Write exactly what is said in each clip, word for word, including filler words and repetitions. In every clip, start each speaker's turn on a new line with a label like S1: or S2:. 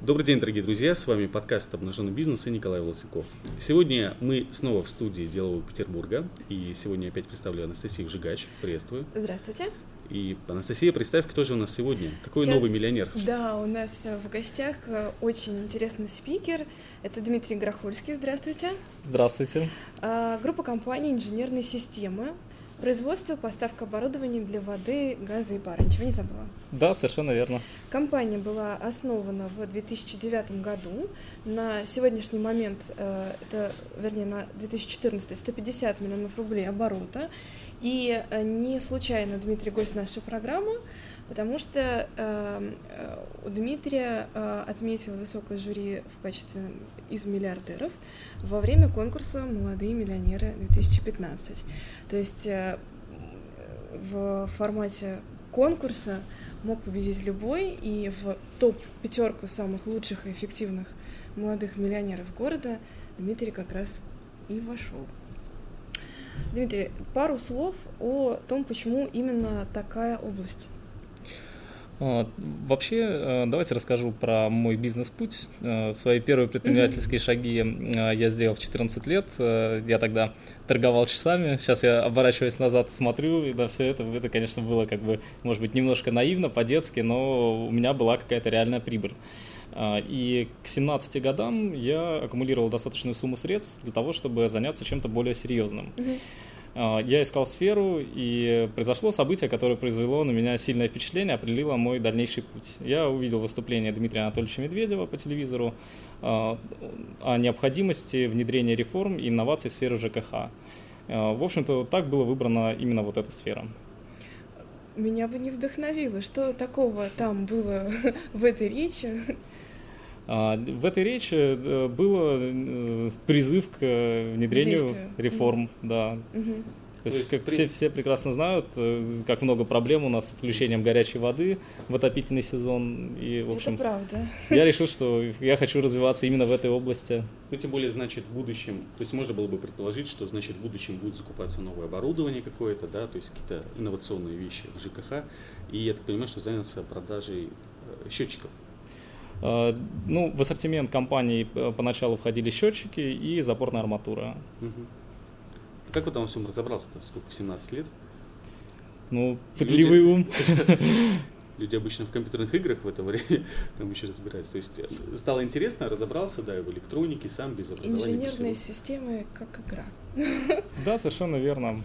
S1: Добрый день, дорогие друзья, с вами подкаст «Обнаженный бизнес» и Николай Волосяков. Сегодня мы снова в студии Делового Петербурга, и сегодня я опять представлю Анастасию Жигач. Приветствую.
S2: Здравствуйте.
S1: И, Анастасия, представь, кто же у нас сегодня? Какой
S2: Сейчас...
S1: новый миллионер?
S2: Да, у нас в гостях очень интересный спикер. Это Дмитрий Грохольский. Здравствуйте.
S3: Здравствуйте.
S2: А, группа компаний «Инженерные системы». Производство, поставка оборудования для воды, газа и пара. Ничего не забыла?
S3: Да, совершенно верно.
S2: Компания была основана в две тысячи девятом году. На сегодняшний момент, это, вернее, на две тысячи четырнадцатый, сто пятьдесят миллионов рублей оборота. И не случайно Дмитрий гость нашей программы, потому что э, у Дмитрия э, отметил высокое жюри в качестве из миллиардеров во время конкурса «Молодые миллионеры две тысячи пятнадцать». То есть э, в формате конкурса мог победить любой, и в топ-пятерку самых лучших и эффективных молодых миллионеров города Дмитрий как раз и вошел. Дмитрий, пару слов о том, почему именно такая область.
S3: Вообще, давайте расскажу про мой бизнес-путь. Свои первые предпринимательские mm-hmm. шаги я сделал в четырнадцать лет. Я тогда торговал часами. Сейчас я, оборачиваясь назад, смотрю, и на все это, это, конечно, было как бы, может быть, немножко наивно, по-детски, но у меня была какая-то реальная прибыль. И к семнадцати годам я аккумулировал достаточную сумму средств для того, чтобы заняться чем-то более серьезным. Mm-hmm. Я искал сферу, и произошло событие, которое произвело на меня сильное впечатление, определило мой дальнейший путь. Я увидел выступление Дмитрия Анатольевича Медведева по телевизору о необходимости внедрения реформ и инноваций в сфере ЖКХ. В общем-то, так была выбрана именно вот эта сфера.
S2: Меня бы не вдохновило. Что такого там было в этой речи?
S3: В этой речи был призыв к внедрению Действие. реформ, mm-hmm. да. Mm-hmm. То есть, как при... все, все прекрасно знают, как много проблем у нас с включением горячей воды в отопительный сезон. И, в общем,
S2: это правда.
S3: Я решил, что я хочу развиваться именно в этой области.
S1: Ну, тем более, значит, в будущем, то есть можно было бы предположить, что, значит, в будущем будет закупаться новое оборудование какое-то, да, то есть какие-то инновационные вещи в ЖКХ. И я так понимаю, что занялся продажей счетчиков.
S3: Ну, в ассортимент компании поначалу входили счетчики и запорная арматура.
S1: Угу. Как вы там во всем разобрался-то? Сколько, в семнадцать лет?
S3: Ну, пытливый ум.
S1: Люди обычно в компьютерных играх в это время там еще разбираются. То есть стало интересно, разобрался, да, и в электронике, сам без образования.
S2: Инженерные системы как игра.
S3: Да, совершенно верно.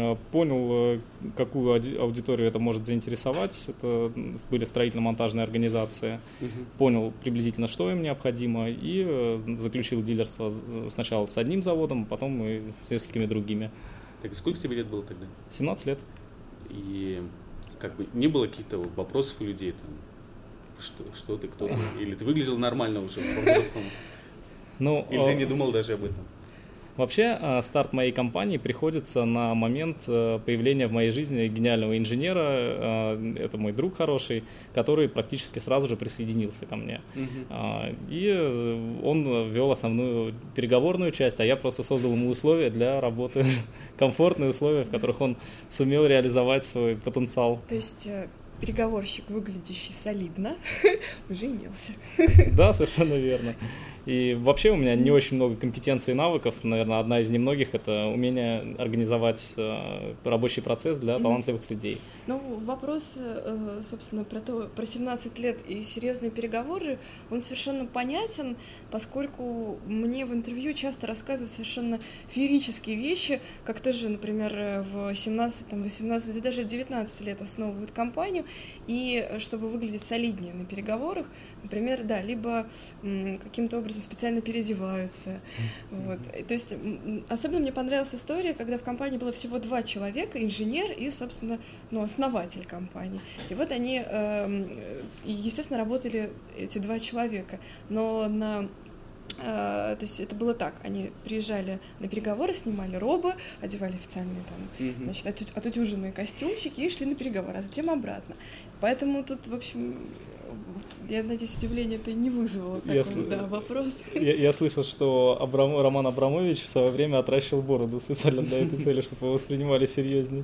S3: Понял, какую аудиторию это может заинтересовать. Это были строительно-монтажные организации. Угу. Понял приблизительно, что им необходимо, и заключил дилерство сначала с одним заводом, потом и с несколькими другими.
S1: Так, сколько тебе лет было тогда?
S3: семнадцать лет.
S1: И как бы не было каких-то вопросов у людей там, что, что ты, кто ты, или ты выглядел нормально уже по-взрослому,
S3: ну,
S1: или ты не думал даже об этом?
S3: Вообще, старт моей компании приходится на момент появления в моей жизни гениального инженера. Это мой друг хороший, который практически сразу же присоединился ко мне. Uh-huh. И он вел основную переговорную часть, а я просто создал ему условия для работы, комфортные условия, в которых он сумел реализовать свой потенциал.
S2: То есть переговорщик, выглядящий солидно, уже имелся.
S3: Да, совершенно верно. И вообще у меня не очень много компетенций и навыков. Наверное, одна из немногих – это умение организовать э, рабочий процесс для mm-hmm. талантливых людей.
S2: Ну, вопрос, э, собственно, про, то, про семнадцать лет и серьезные переговоры, он совершенно понятен, поскольку мне в интервью часто рассказывают совершенно феерические вещи, как тоже, например, в семнадцать, восемнадцать и даже в девятнадцать лет основывают компанию, и чтобы выглядеть солиднее на переговорах, например, да, либо м, каким-то образом специально переодеваются. Mm-hmm. Вот. То есть особенно мне понравилась история, когда в компании было всего два человека, инженер и, собственно, ну, основатель компании. И вот они, э, естественно, работали эти два человека, но на Uh, то есть это было так, они приезжали на переговоры, снимали робы, одевали официальные там, mm-hmm. значит, оту- отутюженные костюмчики и шли на переговоры, а затем обратно. Поэтому тут, в общем, я надеюсь, удивление это не вызвало такой
S3: я
S2: да, вопрос.
S3: Я, я слышал, что Абрам... Роман Абрамович в свое время отращивал бороду специально для этой цели, чтобы его воспринимали серьезнее.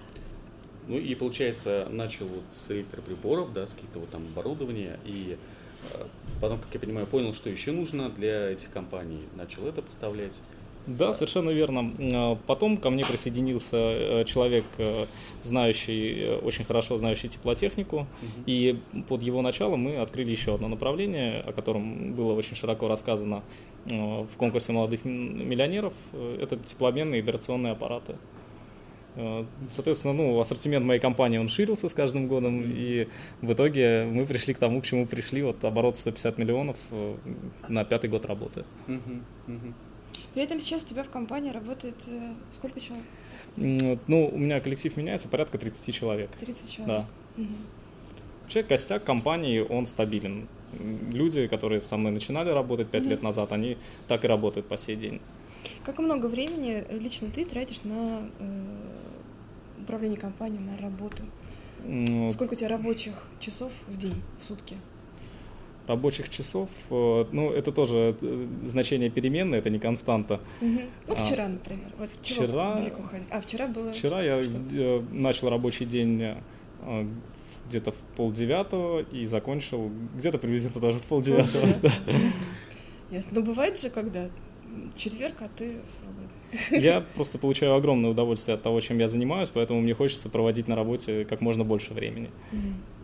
S1: Ну и, получается, начал вот с электроприборов, да, с каких-то вот там оборудования, и Потом, как я понимаю, понял, что еще нужно для этих компаний, начал это поставлять.
S3: Да, совершенно верно. Потом ко мне присоединился человек, знающий, очень хорошо знающий теплотехнику, угу. и под его началом мы открыли еще одно направление, о котором было очень широко рассказано в конкурсе молодых миллионеров. Это теплообменные и вибрационные аппараты. Соответственно, ну, ассортимент моей компании, он ширился с каждым годом, mm-hmm. и в итоге мы пришли к тому, к чему пришли. Вот оборот сто пятьдесят миллионов на пятый год работы.
S1: Mm-hmm. Mm-hmm.
S2: При этом сейчас у тебя в компании работает э, сколько человек?
S3: Ну, у меня коллектив меняется, порядка тридцать человек.
S2: тридцать человек?
S3: Да. Угу. Вообще, костяк компании, он стабилен. Люди, которые со мной начинали работать пять угу. лет назад, они так и работают по сей день.
S2: Как много времени лично ты тратишь на э, управление компанией, на работу? Ну, сколько у тебя рабочих часов в день, в сутки?
S3: Рабочих часов, ну, это тоже значение переменное, это не константа.
S2: Угу. Ну, вчера, а, например. Вот
S3: вчера,
S2: далеко ходить? А, вчера было...
S3: Вчера я что? начал рабочий день где-то в полдевятого и закончил где-то приблизительно даже в полдевятого.
S2: Ясно. Но бывает же, когда четверг, а ты свободный.
S3: Я просто получаю огромное удовольствие от того, чем я занимаюсь, поэтому мне хочется проводить на работе как можно больше времени.
S2: Угу.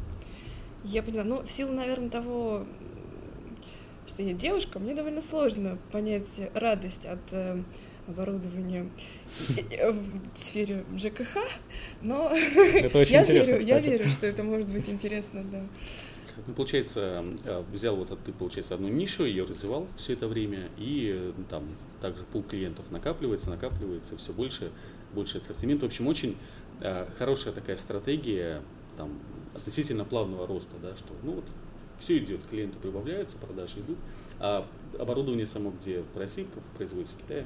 S2: Я поняла. Ну, в силу, наверное, того, что я девушка, мне довольно сложно понять радость от э, оборудования в сфере ЖКХ, но
S3: это очень
S2: я,
S3: интересно,
S2: верю, я
S3: кстати.
S2: верю, что это может быть интересно, да.
S1: Ну, получается, взял вот ты, получается, одну нишу, ее развивал все это время, и там также пул клиентов накапливается, накапливается, все больше, больше ассортимент. В общем, очень э, хорошая такая стратегия, там, относительно плавного роста, да, что ну вот все идет, клиенты прибавляются, продажи идут, а оборудование само где в России производится, в Китае?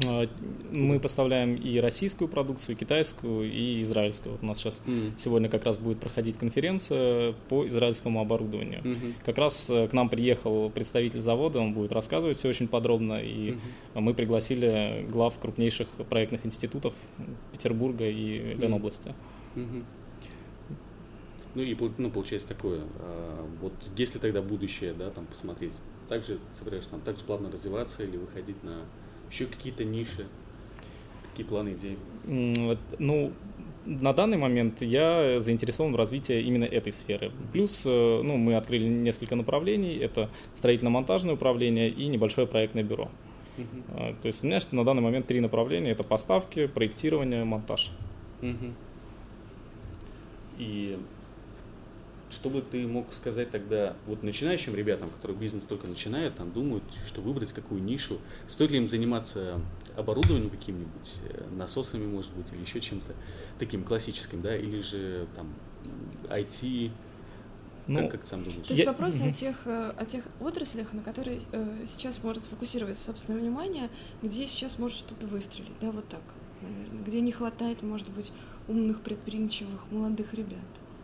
S3: Мы поставляем и российскую продукцию, и китайскую, и израильскую. Вот у нас сейчас mm. сегодня как раз будет проходить конференция по израильскому оборудованию. Mm-hmm. Как раз к нам приехал представитель завода, он будет рассказывать все очень подробно, и mm-hmm. мы пригласили глав крупнейших проектных институтов Петербурга и Ленобласти.
S1: Mm-hmm. Ну и ну, получается такое, вот если тогда будущее, да, там посмотреть, также собираешься там также плавно развиваться или выходить на еще какие-то ниши, какие планы, идеи?
S3: Ну, на данный момент я заинтересован в развитии именно этой сферы. Плюс, ну, мы открыли несколько направлений, это строительно-монтажное управление и небольшое проектное бюро. Uh-huh. То есть у меня на данный момент три направления, это поставки, проектирование, монтаж.
S1: Uh-huh. И что бы ты мог сказать тогда вот начинающим ребятам, которые бизнес только начинают, там думают, что выбрать какую нишу, стоит ли им заниматься оборудованием каким-нибудь, насосами, может быть, или еще чем-то таким классическим, да, или же там ай ти, ну, как, как ты сам думаешь?
S2: То есть я... вопрос о тех, о тех отраслях, на которые э, сейчас может сфокусировать собственное внимание, где сейчас может что-то выстрелить, да, вот так, наверное, где не хватает, может быть, умных, предприимчивых, молодых ребят.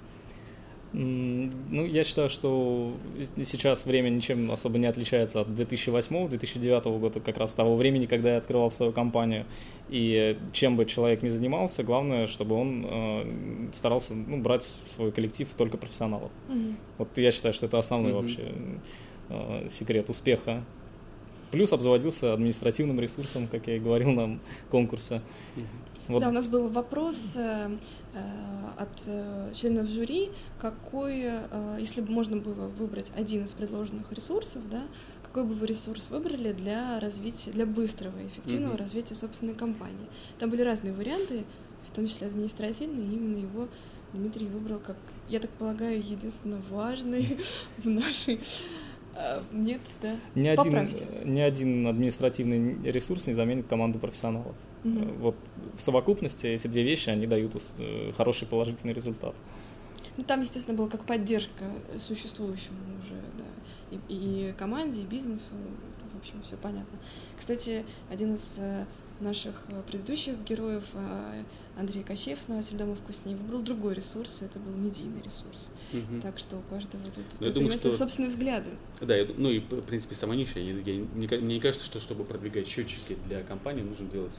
S3: Ну, я считаю, что сейчас время ничем особо не отличается от две тысячи восьмого - две тысячи девятого года, как раз того времени, когда я открывал свою компанию. И чем бы человек ни занимался, главное, чтобы он э, старался ну, брать в свой коллектив только профессионалов. Mm-hmm. Вот я считаю, что это основной mm-hmm. вообще э, секрет успеха. Плюс обзаводился административным ресурсом, как я и говорил на конкурсе.
S2: Mm-hmm. Вот. Да, у нас был вопрос э, от э, членов жюри, какой, э, если бы можно было выбрать один из предложенных ресурсов, да, какой бы вы ресурс выбрали для развития, для быстрого и эффективного mm-hmm. развития собственной компании. Там были разные варианты, в том числе административные, и именно его Дмитрий выбрал как, я так полагаю, единственно важный в нашей... Нет, да.
S3: Ни один, ни один административный ресурс не заменит команду профессионалов. Mm-hmm. Вот в совокупности эти две вещи, они дают хороший положительный результат.
S2: Ну, там, естественно, была как поддержка существующему уже, да, и, и команде, и бизнесу, это, в общем, все понятно. Кстати, один из наших предыдущих героев, Андрей Кощеев, основатель Дома вкуснее, выбрал другой ресурс, это был медийный ресурс. Угу. Так что у каждого тут собственные взгляды.
S1: Да, я, ну и, в принципе, сама ниша. Я, я, мне, мне кажется, что чтобы продвигать счетчики для компании, нужно делать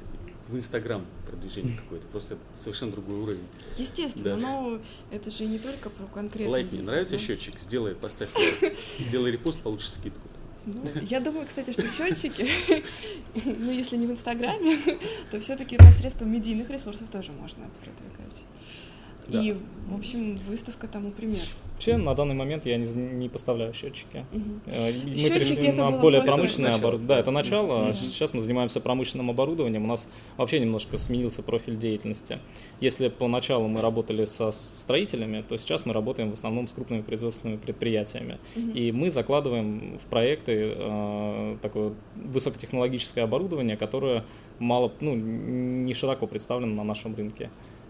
S1: в Инстаграм продвижение какое-то, просто совершенно другой уровень.
S2: Естественно,
S1: Да.
S2: но это же не только про конкретный
S1: Лайк, мне
S2: бизнес,
S1: нравится
S2: да?
S1: счетчик, сделай, поставь лайк, сделай репост, получишь скидку.
S2: Ну, я думаю, кстати, что счетчики, ну, если не в Инстаграме, то все-таки посредством медийных ресурсов тоже можно продвигать.
S1: Да.
S2: И, в общем, выставка тому пример.
S3: Вообще, на данный момент я не, не поставляю счетчики.
S2: Мгм.
S3: Э, Мы
S2: Счетчики
S3: перешли
S2: это
S3: на
S2: было
S3: более
S2: просто
S3: промышленное
S1: начало.
S3: оборудование. Да, это начало.
S2: Мгм.
S3: А сейчас мы занимаемся промышленным оборудованием. У нас вообще немножко сменился профиль деятельности. Если поначалу мы работали со строителями, то сейчас мы работаем в основном с крупными производственными предприятиями.
S2: Мгм.
S3: И мы закладываем в проекты э, такое высокотехнологическое оборудование, которое мало, ну, не широко представлено на нашем рынке.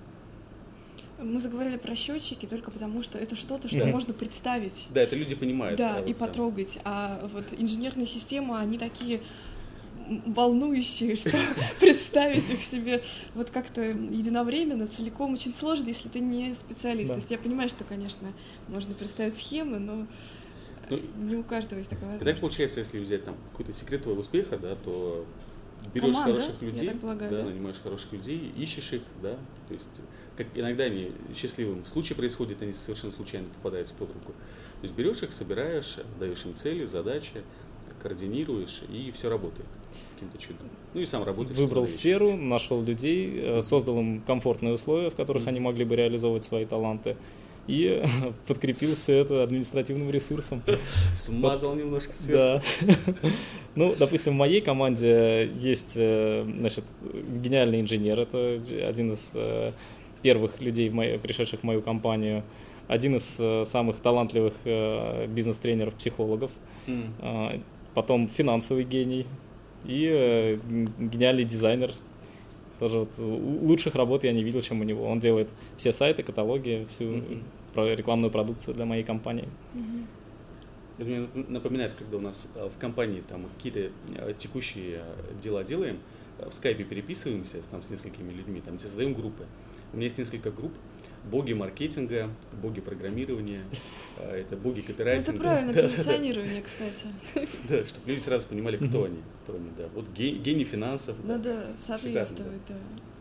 S2: Мы заговорили про счетчики только потому, что это что-то, что
S3: Мгм.
S2: можно представить.
S1: Да, это люди понимают.
S2: Да,
S1: а
S2: и
S1: вот там-
S2: потрогать. А вот инженерные системы, они такие м, волнующие, что представить их себе вот как-то единовременно, целиком очень сложно, если ты не специалист.
S3: Да.
S2: То есть я понимаю, что, конечно, можно представить схемы, но
S1: Ну,
S2: не у каждого есть такая
S1: И так
S2: возможность.
S1: получается, если взять там какой-то секрет твоего успеха, да, то берешь
S2: Команда,
S1: хороших
S2: я
S1: людей,
S2: так полагаю,
S1: да,
S2: да.
S1: нанимаешь хороших людей, ищешь их, да, то есть как иногда они счастливым случаем происходит, они совершенно случайно попадаются под руку. То есть берешь их, собираешь, даешь им цели, задачи, координируешь, и все работает каким-то чудом. Ну и сам работаешь.
S3: Выбрал
S1: что-то
S3: сферу, нашел людей, э, создал им комфортные условия, в которых
S1: Мгм.
S3: они могли бы реализовывать свои таланты, и подкрепил все это административным ресурсом.
S1: ищешь. Смазал немножко сверху.
S3: Да. Ну, допустим, в моей команде есть, э, значит, гениальный инженер, это один из э, первых людей, в моей- пришедших в мою компанию, один из э, самых талантливых э, бизнес-тренеров-психологов,
S1: М.
S3: а, потом финансовый гений и э, г- гениальный дизайнер. Тоже вот у- лучших работ я не видел, чем у него. Он делает все сайты, каталоги, всю
S1: Мгм.
S3: про- рекламную продукцию для моей компании.
S2: Мгм.
S1: Это мне напоминает, когда у нас э, в компании там какие-то э, текущие э, дела делаем, э, в скайпе переписываемся с, там, с несколькими людьми, там создаем группы. У меня есть несколько групп. Боги маркетинга, боги программирования, э, это боги
S2: Ну,
S1: копирайтинга.
S2: это правильное
S1: Да, да, да.
S2: позиционирование, кстати.
S1: Да, чтобы люди сразу понимали, кто они. Кто они, да. Вот ге- гений финансов. да.
S2: Надо соответствовать, да.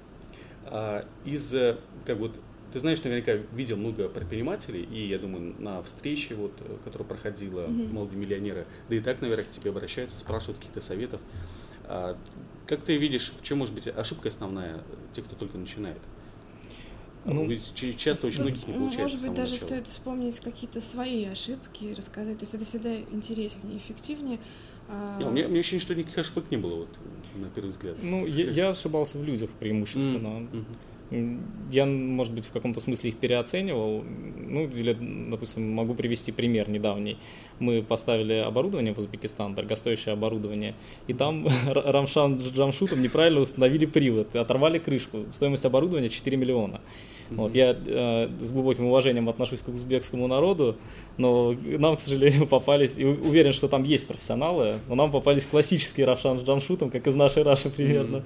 S1: А из, э, как вот, ты знаешь, наверняка видел много предпринимателей, и я думаю, на встрече, вот, э, которая проходила,
S2: Мгм.
S1: молодые миллионеры, да и так, наверное, к тебе обращаются, спрашивают каких-то советов. А как ты видишь, в чем может быть ошибка основная, э, тех, кто только начинает?
S3: Ну,
S1: Ведь ч- часто очень
S2: Тут,
S1: многих не
S2: ну,
S1: получается.
S2: может
S1: с
S2: быть,
S1: самого
S2: даже
S1: начала.
S2: стоит вспомнить какие-то свои ошибки и рассказать. То есть это всегда интереснее, эффективнее. А,
S1: Не, у, меня, у меня ощущение, что никаких ошибок не было, вот, на первый взгляд.
S3: Ну, я, я ошибался в людях преимущественно.
S1: М, мгм.
S3: Я, может быть, в каком-то смысле их переоценивал. Ну, или, допустим, могу привести пример недавний. Мы поставили оборудование в Узбекистан, дорогостоящее оборудование, и там Рамшан с Джамшутом неправильно установили привод, оторвали крышку. Стоимость оборудования четыре миллиона. Вот, я э, с глубоким уважением отношусь к узбекскому народу, но нам, к сожалению, попались, и у- уверен, что там есть профессионалы, но нам попались классические Равшан с Джамшутом, как из нашей Раши примерно.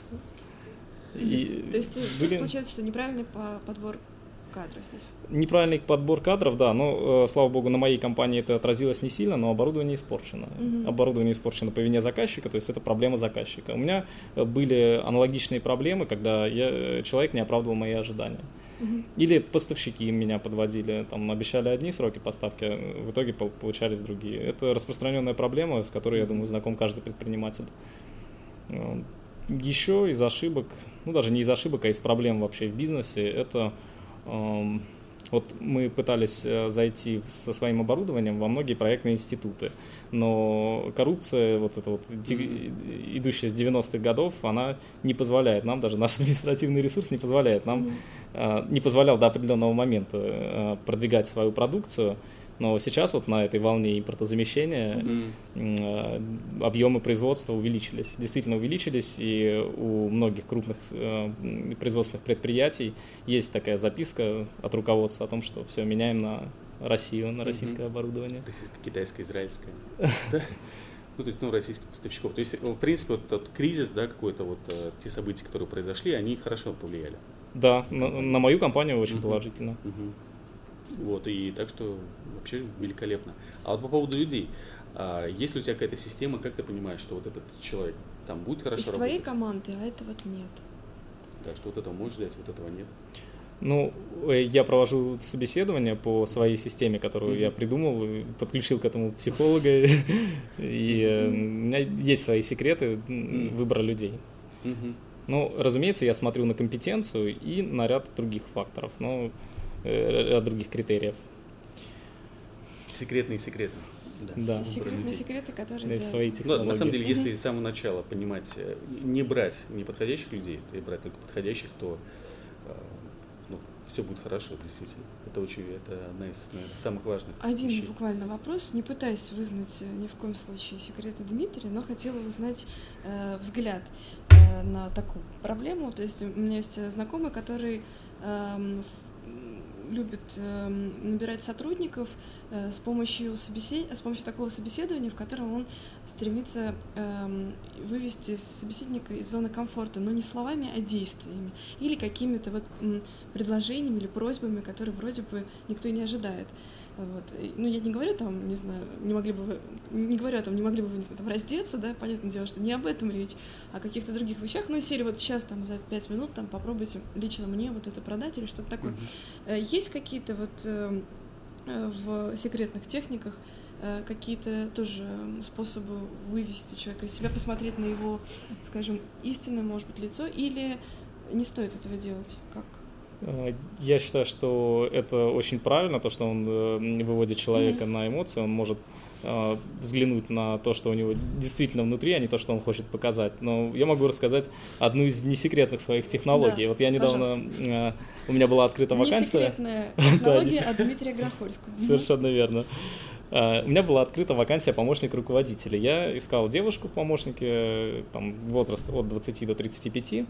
S3: И
S2: То есть э,
S3: были-
S2: тут получается, что неправильный по- подбор кадров здесь.
S3: Неправильный подбор кадров, да, но, э, слава богу, на моей компании это отразилось не сильно, но оборудование испорчено.
S2: Мгм.
S3: Оборудование испорчено по вине заказчика, то есть это проблема заказчика. У меня э, были аналогичные проблемы, когда я, э, человек не оправдывал мои ожидания.
S2: Мгм.
S3: Или поставщики меня подводили, там обещали одни сроки поставки, а в итоге пол- получались другие. Это распространенная проблема, с которой, я думаю, знаком каждый предприниматель. Э, Еще из ошибок, ну даже не из ошибок, а из проблем вообще в бизнесе, это эм, вот мы пытались э, зайти со своим оборудованием во многие проектные институты, но коррупция, вот эта вот ди- идущая с девяностых годов, она не позволяет нам, даже наш административный ресурс не позволяет нам,
S2: Мгм.
S3: э, не позволял до определенного момента э, продвигать свою продукцию, но сейчас вот на этой волне импортозамещения
S1: Мгм.
S3: э, объемы производства увеличились, действительно увеличились, и у многих крупных э, производственных предприятий есть такая записка от руководства о том, что все, меняем на Россию, на российское
S1: Мгм.
S3: оборудование.
S1: Российское, китайское, израильское. Да. Ну, то есть, ну, российских поставщиков. То есть, в принципе, вот тот кризис, да, какой-то вот, э, те события, которые произошли, они хорошо повлияли.
S3: Да, на, на мою компанию очень
S1: Мгм.
S3: положительно.
S1: Мгм. Вот, и так что вообще великолепно. А вот по поводу людей, а, есть ли у тебя какая-то система, как ты понимаешь, что вот этот человек там будет хорошо
S2: из
S1: работать.
S2: твоей команды, а этого вот нет.
S1: Так что вот этого можешь взять, вот этого нет.
S3: Ну, я провожу собеседование по своей системе, которую mm-hmm. я придумал, подключил к этому психолога, и mm-hmm. у меня есть свои секреты mm-hmm. выбора людей. Mm-hmm. Ну, разумеется, я смотрю на компетенцию и на ряд других факторов, ну, ряд других критериев.
S1: Секретные секреты.
S3: Да. Да.
S2: Секретные секреты, которые...
S3: Да,
S2: да.
S3: свои технологии.
S1: Ну, на самом деле, если с самого начала понимать, не брать неподходящих людей, то и брать только подходящих, то ну, все будет хорошо, действительно. Это очень, это одна из, наверное, самых важных
S2: Один
S1: вещей.
S2: буквально вопрос, не пытаясь вызнать ни в коем случае секреты Дмитрия, но хотела узнать э, взгляд э, на такую проблему. То есть у меня есть знакомый, который э, любит э, набирать сотрудников э, с помощью собесед... с помощью такого собеседования, в котором он стремится э, вывести собеседника из зоны комфорта, но не словами, а действиями или какими-то вот м, предложениями или просьбами, которые вроде бы никто и не ожидает. Вот. Ну, я не говорю там, не знаю, не могли бы вы, не говорю о том, не могли бы вы, не знаю, там, раздеться, да, понятное дело, что не об этом речь, а о каких-то других вещах. Ну, серии вот сейчас там за пять минут там попробуйте лично мне вот это продать или что-то такое. Mm-hmm. Есть какие-то вот э, в секретных техниках э, какие-то тоже способы вывести человека из себя, посмотреть на его, скажем, истинное, может быть, лицо, или не стоит этого делать? Как?
S3: Я считаю, что это очень правильно, то, что он выводит человека mm-hmm. на эмоции, он может э, взглянуть на то, что у него действительно внутри, а не то, что он хочет показать. Но я могу рассказать одну из несекретных своих технологий. Да, вот я недавно, э, у меня была открыта вакансия.
S2: Несекретная технология от Дмитрия Грохольского.
S3: Совершенно верно. Uh, у меня была открыта вакансия помощник руководителя. Я искал девушку в помощнике, там, возраст от двадцати до тридцати пяти,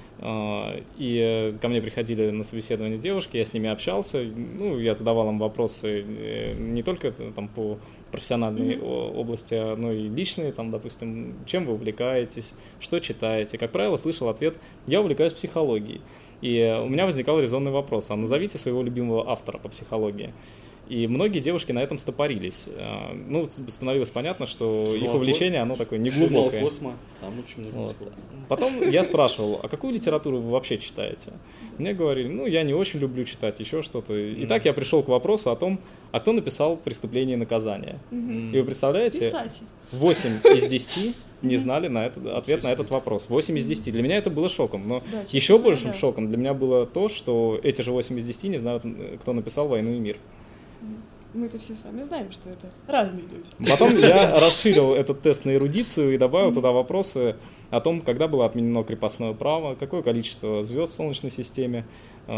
S3: uh, и ко мне приходили на собеседование девушки, я с ними общался, ну, я задавал им вопросы не только там, по профессиональной mm-hmm. области, но и личные, там, допустим, чем вы увлекаетесь, что читаете. Как правило, слышал ответ: я увлекаюсь психологией. И у меня возникал резонный вопрос: а назовите своего любимого автора по психологии. И многие девушки на этом стопорились. Ну, становилось понятно, что Шумал их увлечение, оно такое неглубокое.
S1: Космо, там очень много
S3: вот. Потом я спрашивал: а какую литературу вы вообще читаете? Мне говорили: ну, я не очень люблю читать еще что-то. И mm. так я пришел к вопросу о том, а кто написал «Преступление и наказание». Mm-hmm. И вы представляете, восемь из десяти не знали на этот, ответ на этот вопрос. восемь из десяти. Для меня это было шоком. Но да, еще большим да. шоком для меня было то, что эти же восемь из десяти не знают, кто написал «Войну и мир».
S2: Мы-то все с вами знаем, что это разные люди.
S3: Потом я расширил этот тест на эрудицию и добавил mm-hmm. туда вопросы о том, когда было отменено крепостное право, какое количество звезд в Солнечной системе,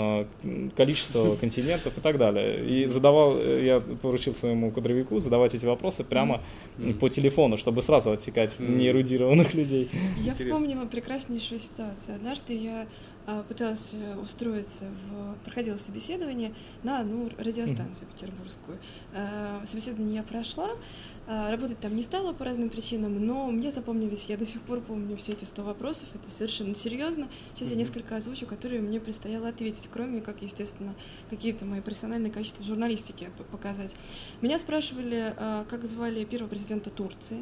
S3: количество континентов и так далее. И задавал, я поручил своему кадровику задавать эти вопросы прямо mm-hmm. по телефону, чтобы сразу отсекать mm-hmm. неэрудированных людей.
S2: Я Интересно. вспомнила прекраснейшую ситуацию. Однажды я пыталась устроиться, в, проходила собеседование на одну радиостанцию mm-hmm. петербургскую. Собеседование я прошла, работать там не стала по разным причинам, но мне запомнились, я до сих пор помню все эти сто вопросов, это совершенно серьезно. Сейчас mm-hmm. я несколько озвучу, которые мне предстояло ответить, кроме как, естественно, какие-то мои профессиональные качества в журналистике показать. Меня спрашивали, как звали первого президента Турции,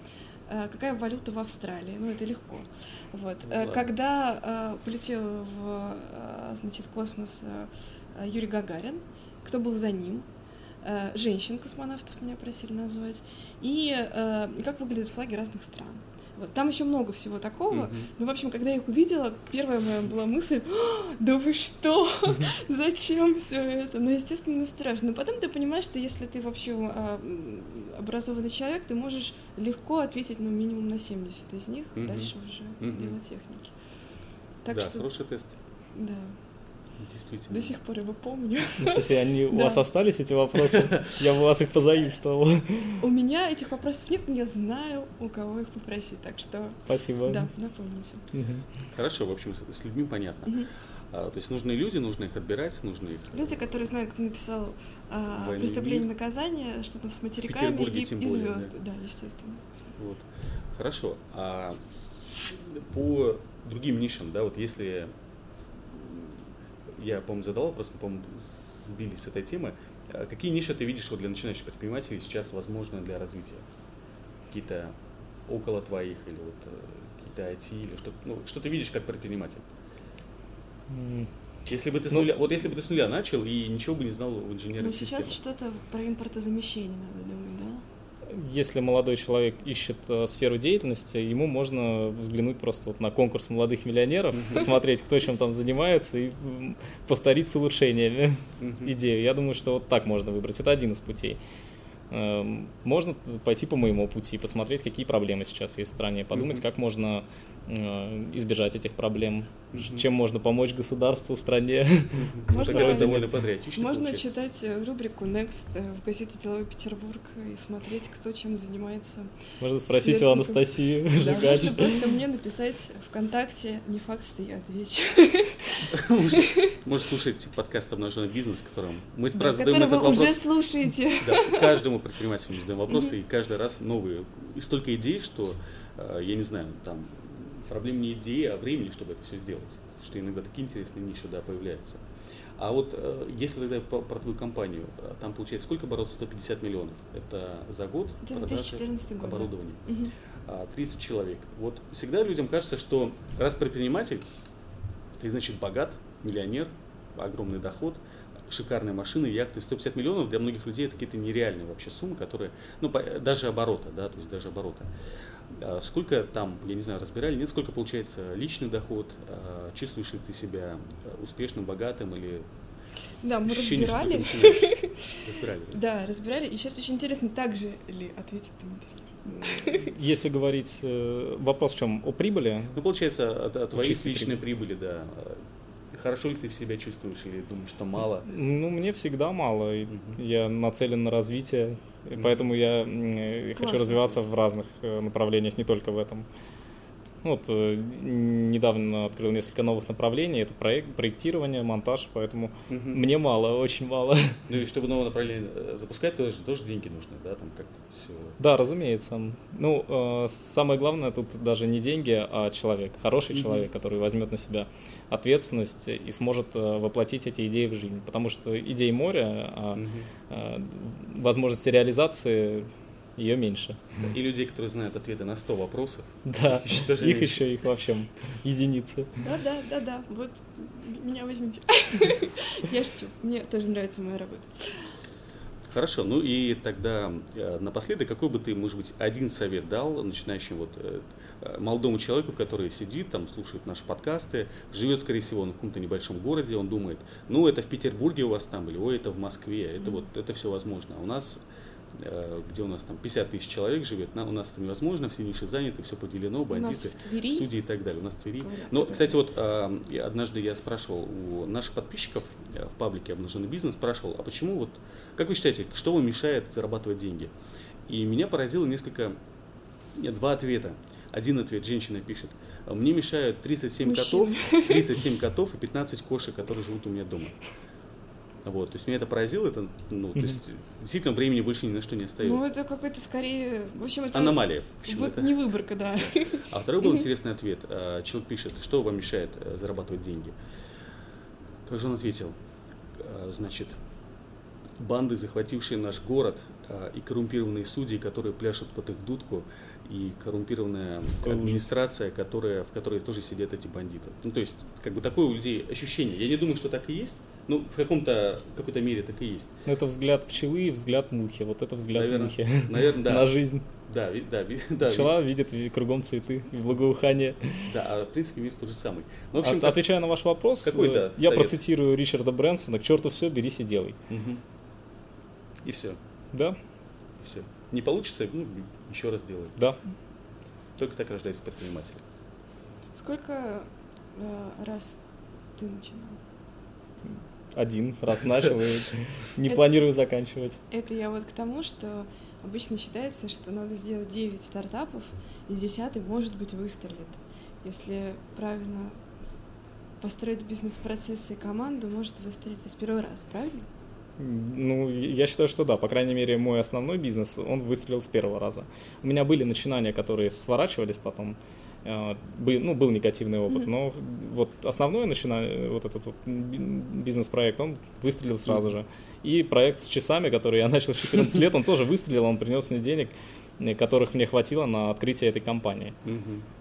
S2: какая валюта в Австралии, ну это легко. Вот. Ну, когда э, полетел в э, значит, космос э, Юрий Гагарин, кто был за ним, э, женщин-космонавтов меня просили назвать, и э, как выглядят флаги разных стран. Вот. Там еще много всего такого, mm-hmm. но, в общем, когда я их увидела, первая моя была мысль: да вы что, зачем все это? Ну, естественно, страшно. Но потом ты понимаешь, что если ты вообще образованный человек, ты можешь легко ответить, ну, минимум на семьдесят из них, mm-hmm. дальше уже mm-hmm. дело техники. Так
S1: да,
S2: что...
S1: хороший тест.
S2: Да.
S1: Действительно.
S2: До сих пор его помню.
S3: Ну, если они у вас остались, эти вопросы, я бы вас их позаимствовал.
S2: У меня этих вопросов нет, но я знаю, у кого их попросить, так что...
S3: Спасибо.
S2: Да, напомните.
S1: Хорошо, в общем, с людьми понятно. А, то есть нужны люди, нужно их отбирать, нужно их...
S2: Люди, которые знают, кто написал а, «Преступление и наказание», что там с материками и, и звезды. Да? да, естественно.
S1: Вот. Хорошо. А по другим нишам, да, вот если... Я, по-моему, задал вопрос, мы, по-моему, сбились с этой темы. Какие ниши ты видишь вот для начинающих предпринимателей сейчас возможны для развития? Какие-то около твоих или вот ты ай ти или что, ну, что ты видишь как предприниматель?
S3: Mm.
S1: Если бы ты с
S3: ну,
S1: нуля, вот если бы ты с нуля начал и ничего бы не знал в инженерных
S2: Ну,
S1: системах.
S2: сейчас что-то про импортозамещение надо думать, да?
S3: Если молодой человек ищет э, сферу деятельности, ему можно взглянуть просто вот на конкурс молодых миллионеров, mm-hmm. посмотреть, кто чем там занимается, и м, повторить с улучшениями mm-hmm. идею. Я думаю, что вот так можно выбрать. Это один из путей. Э, можно пойти по моему пути, посмотреть, какие проблемы сейчас есть в стране, подумать, mm-hmm. как можно э, избежать этих проблем, mm-hmm. чем можно помочь государству, стране.
S1: Mm-hmm. Можно, это довольно патриотично.
S2: Можно
S1: получается.
S2: читать рубрику Next в газете «Деловой Петербург» и смотреть, кто чем занимается.
S3: Можно спросить у Анастасии
S2: да,
S3: Жигач.
S2: Можно просто мне написать ВКонтакте, не факт, что я отвечу.
S1: Может слушать подкаст «Обнаженный бизнес», в котором мы
S2: да,
S1: задаем этот
S2: вы
S1: вопрос.
S2: уже слушаете.
S1: Да, каждому предпринимателю мы задаем вопросы, и каждый раз новые. И столько идей, что, я не знаю, там проблем не идеи, а времени, чтобы это все сделать. Что иногда такие интересные ниши, да, появляются. А вот если тогда про твою компанию, там получается сколько оборотов? сто пятьдесят миллионов. Это за год
S2: две тысячи четырнадцатый год.
S1: Оборудование.
S2: Угу.
S1: тридцать человек. Вот всегда людям кажется, что раз предприниматель, ты, значит, богат, миллионер, огромный доход, шикарные машины, яхты, сто пятьдесят миллионов для многих людей это какие-то нереальные вообще суммы, которые, ну, даже оборота, да, то есть даже оборота. Сколько там, я не знаю, разбирали, нет, сколько получается личный доход, чувствуешь ли ты себя успешным, богатым или...
S2: Да, мы
S1: ощущение,
S2: разбирали.
S1: разбирали.
S2: Да, разбирали, и сейчас очень интересно, так же ли ответит Дмитрий.
S3: Если говорить, вопрос в чем? О прибыли?
S1: Ну, получается, о, о твоей личной прибыли, да. Хорошо ли ты себя чувствуешь или думаешь, что мало?
S3: Ну, мне всегда мало. Uh-huh. Я нацелен на развитие, uh-huh. поэтому я Классно. хочу развиваться в разных направлениях, не только в этом. Вот, недавно открыл несколько новых направлений. Это проект, проектирование, монтаж, поэтому uh-huh. мне мало, очень мало.
S1: Ну и чтобы новое направление запускать, тоже, тоже деньги нужны, да, там как-то все.
S3: Да, разумеется. Ну, э, самое главное тут даже не деньги, а человек, хороший uh-huh. человек, который возьмет на себя ответственность и сможет э, воплотить эти идеи в жизнь. Потому что идей море, а uh-huh. э, возможности реализации ее меньше.
S1: И людей, которые знают ответы на сто вопросов.
S3: Да, их меньше. еще их вообще единицы.
S2: Да, да, да, да. Вот меня возьмите. Я шучу. Мне тоже нравится моя работа.
S1: Хорошо, ну и тогда напоследок, какой бы ты, может быть, один совет дал начинающему вот молодому человеку, который сидит, там, слушает наши подкасты, живет, скорее всего, в каком-то небольшом городе, он думает, ну, это в Петербурге у вас там, или ой, это в Москве, это mm-hmm. вот, это все возможно. А у нас где у нас там пятьдесят тысяч человек живет, на, у нас это невозможно, все ниши заняты, все поделено, бандиты, судьи и так далее. У нас в Твери. Говорят, Но, кстати, вот э, я, однажды я спрашивал у наших подписчиков в паблике «Обнаженный бизнес», спрашивал, а почему вот, как вы считаете, что вам мешает зарабатывать деньги? И меня поразило несколько, нет, два ответа. Один ответ, женщина пишет, мне мешают тридцать семь котов, тридцать семь котов и пятнадцать кошек, которые живут у меня дома. Вот, то есть меня это поразило, это, ну, то есть действительно времени больше ни на что не остается.
S2: Ну, это какой-то скорее, в общем, это...
S1: Аномалия.
S2: В... Не выборка, да.
S1: А второй был интересный ответ. Человек пишет, что вам мешает зарабатывать деньги? Как же он ответил? Значит, банды, захватившие наш город, и коррумпированные судьи, которые пляшут под их дудку, и коррумпированная администрация, которая, в которой тоже сидят эти бандиты. Ну, то есть, как бы такое у людей ощущение. Я не думаю, что так и есть, но в каком-то, в какой-то мере так и есть.
S3: Это взгляд пчелы и взгляд мухи. Вот это взгляд
S1: наверное,
S3: мухи
S1: наверное, да.
S3: на жизнь.
S1: Да, да, да.
S3: Пчела видит кругом цветы и благоухание.
S1: Да, а в принципе мир тот же самый. Ну, в общем,
S3: От, как... Отвечая на ваш вопрос,
S1: какой-то
S3: я
S1: совет.
S3: процитирую Ричарда Брэнсона: «К черту все, берись и делай».
S1: Угу. И все.
S3: Да.
S1: И все. Не получится, ну, еще раз делай.
S3: Да.
S1: Только так рождается предприниматель.
S2: Сколько э, раз ты начинал?
S3: Один раз начал и не планирую заканчивать.
S2: Это я вот к тому, что обычно считается, что надо сделать девять стартапов, и десятый, может быть, выстрелит. Если правильно построить бизнес-процессы и команду, может выстрелить из первого раза, правильно?
S3: Ну, я считаю, что да. По крайней мере, мой основной бизнес, он выстрелил с первого раза. У меня были начинания, которые сворачивались потом. Ну, был негативный опыт, mm-hmm. но вот основное начинание, вот этот вот бизнес-проект, он выстрелил сразу mm-hmm. же. И проект с часами, который я начал в четырнадцать лет, он тоже выстрелил, он принес мне денег, которых мне хватило на открытие этой компании.
S1: Mm-hmm.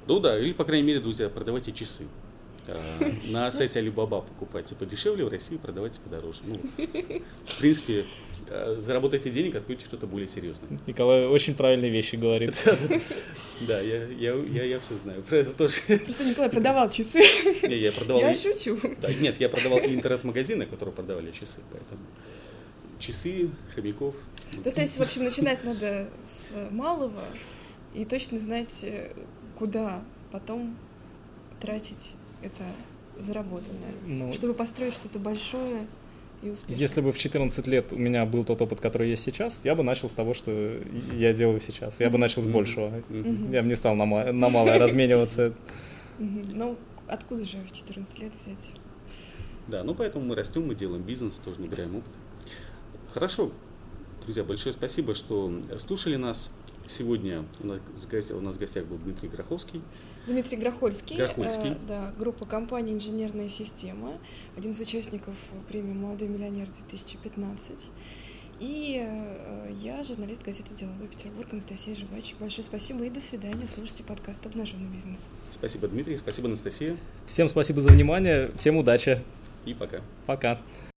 S1: Ну да, или, по крайней мере, друзья, продавайте часы. На сайте Alibaba покупайте подешевле, в России продавайте подороже. Ну, в принципе, заработайте денег, откройте что-то более серьезное.
S3: Николай очень правильные вещи говорит.
S1: Да, я, я, я, я все знаю про это тоже.
S2: Просто Николай продавал часы.
S1: Не, я продавал...
S2: Я шучу.
S1: Да, нет, я продавал интернет-магазины, которые продавали часы, поэтому часы, хомяков.
S2: Ну, то есть, в общем, начинать надо с малого и точно знать, куда потом тратить это заработанное, ну, чтобы построить что-то большое и успешное.
S3: Если бы в четырнадцать лет у меня был тот опыт, который есть сейчас, я бы начал с того, что я делаю сейчас. Я бы начал с большего. Mm-hmm. Я бы не стал на, ма- на малое размениваться.
S2: Mm-hmm. Ну, откуда же в четырнадцать лет взять?
S1: Да, ну поэтому мы растем, мы делаем бизнес, тоже набираем опыт. Хорошо, друзья, большое спасибо, что слушали нас. Сегодня у нас, у нас в гостях был Дмитрий Гроховский.
S2: Дмитрий Грохольский,
S1: Грохольский.
S2: Э, да, группа компании «Инженерная система», один из участников премии «Молодой миллионер» две тысячи пятнадцать. И э, я, журналист газеты «Деловой Петербург» Анастасия Жвач. Большое спасибо и до свидания. Слушайте подкаст «Обнаженный бизнес».
S1: Спасибо, Дмитрий. Спасибо, Анастасия.
S3: Всем спасибо за внимание. Всем удачи.
S1: И пока.
S3: Пока.